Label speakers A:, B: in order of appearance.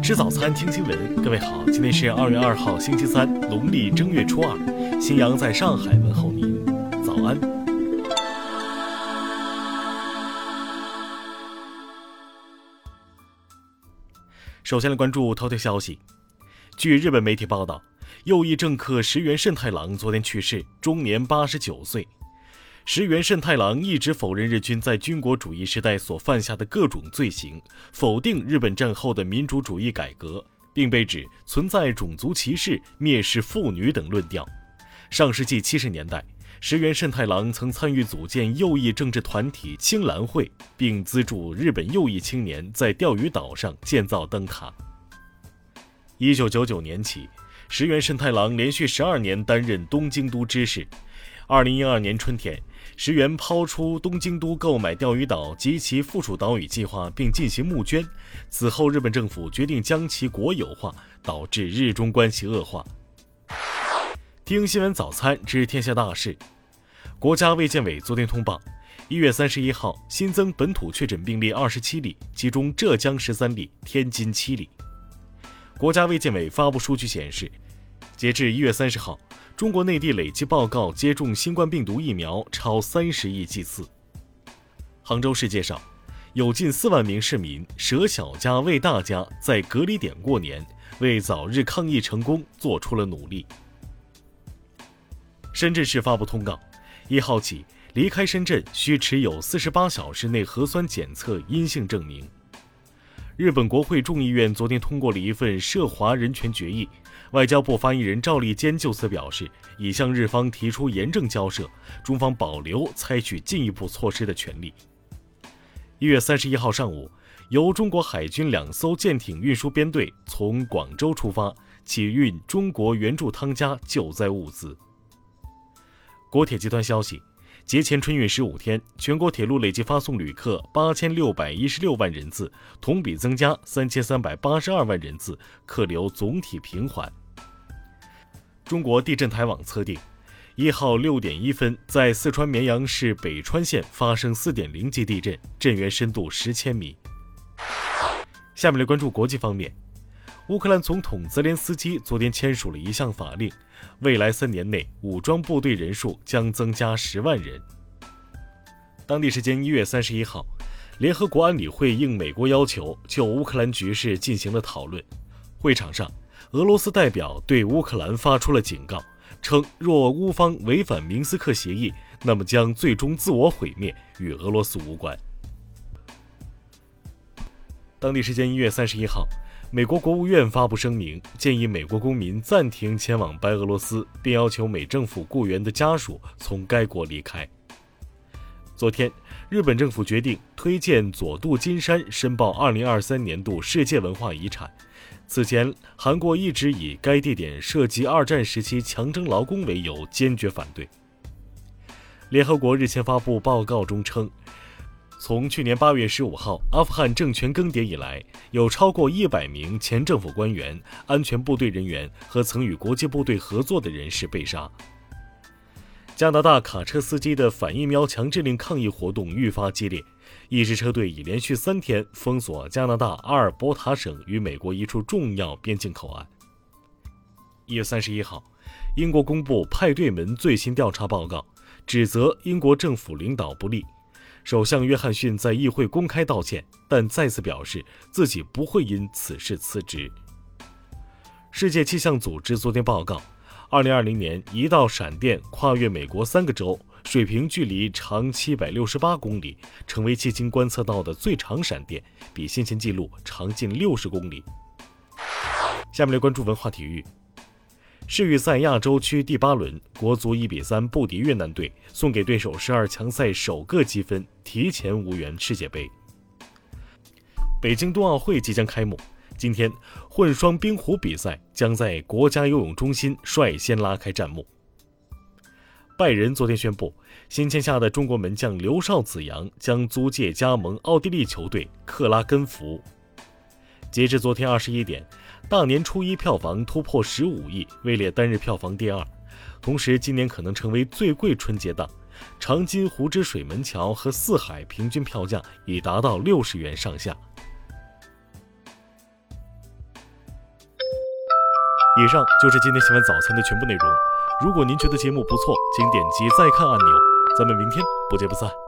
A: 吃早餐，听新闻。各位好，今天是2月2号，星期三，农历正月初2。新阳在上海问候您，早安。首先来关注头条消息。据日本媒体报道，右翼政客石原慎太郎昨天去世，终年89岁。石原慎太郎一直否认日军在军国主义时代所犯下的各种罪行，否定日本战后的民主主义改革，并被指存在种族歧视、蔑视妇女等论调。上世纪70年代，石原慎太郎曾参与组建右翼政治团体青蓝会，并资助日本右翼青年在钓鱼岛上建造灯塔。1999年起，石原慎太郎连续12年担任东京都知事。2012年春天，石原抛出东京都购买钓鱼岛及其附属岛屿计划，并进行募捐。此后，日本政府决定将其国有化，导致日中关系恶化。听新闻早餐知天下大事。国家卫健委昨天通报，1月31号新增本土确诊病例27例，其中浙江13例，天津7例。国家卫健委发布数据显示，截至1月30号，中国内地累计报告接种新冠病毒疫苗超30亿剂次。杭州世界上，有近4万名市民舍小家为大家，在隔离点过年，为早日抗疫成功做出了努力。深圳市发布通告，1号起离开深圳需持有48小时内核酸检测阴性证明。日本国会众议院昨天通过了一份涉华人权决议，外交部发言人赵立坚就此表示，已向日方提出严正交涉，中方保留采取进一步措施的权利。1月31号上午，由中国海军2艘舰艇运输编队从广州出发，起运中国援助汤加救灾物资。国铁集团消息，节前春运15天，全国铁路累计发送旅客8616万人次，同比增加3382万人次，客流总体平缓。中国地震台网测定，1号6点1分，在四川绵阳市北川县发生4.0级地震，震源深度10千米。下面来关注国际方面。乌克兰总统泽连斯基昨天签署了一项法令，未来3年内武装部队人数将增加10万人。当地时间1月31号，联合国安理会应美国要求，就乌克兰局势进行了讨论。会场上，俄罗斯代表对乌克兰发出了警告，称若乌方违反明斯克协议，那么将最终自我毁灭，与俄罗斯无关。当地时间1月31号，美国国务院发布声明，建议美国公民暂停前往白俄罗斯，并要求美政府雇员的家属从该国离开。昨天，日本政府决定推荐佐渡金山申报2023年度世界文化遗产。此前，韩国一直以该地点涉及2战时期强征劳工为由，坚决反对。联合国日前发布报告中称，从去年8月15号阿富汗政权更迭以来，有超过100名前政府官员、安全部队人员和曾与国际部队合作的人士被杀。加拿大卡车司机的反疫苗强制令抗议活动愈发激烈，一支车队已连续3天封锁加拿大阿尔伯塔省与美国一处重要边境口岸。1月31号，英国公布派对门最新调查报告，指责英国政府领导不力。首相约翰逊在议会公开道歉，但再次表示自己不会因此事辞职。世界气象组织昨天报告，2020年一道闪电跨越美国3个州，水平距离长768公里，成为迄今观测到的最长闪电，比先前纪录长近60公里。下面来关注文化体育。世预赛亚洲区第8轮，国足1比3不敌越南队，送给对手12强赛首个积分，提前无缘世界杯。北京冬奥会即将开幕，今天混双冰壶比赛将在国家游泳中心率先拉开战幕。拜仁昨天宣布，新签下的中国门将刘少子阳将租借加盟奥地利球队克拉根福。截至昨天21点，大年初一票房突破15亿，位列单日票房第2。同时，今年可能成为最贵春节档，长津湖之水门桥和四海平均票价已达到60元上下。 以上就是今天新闻早餐的全部内容。如果您觉得节目不错，请点击再看按钮。咱们明天不见不散。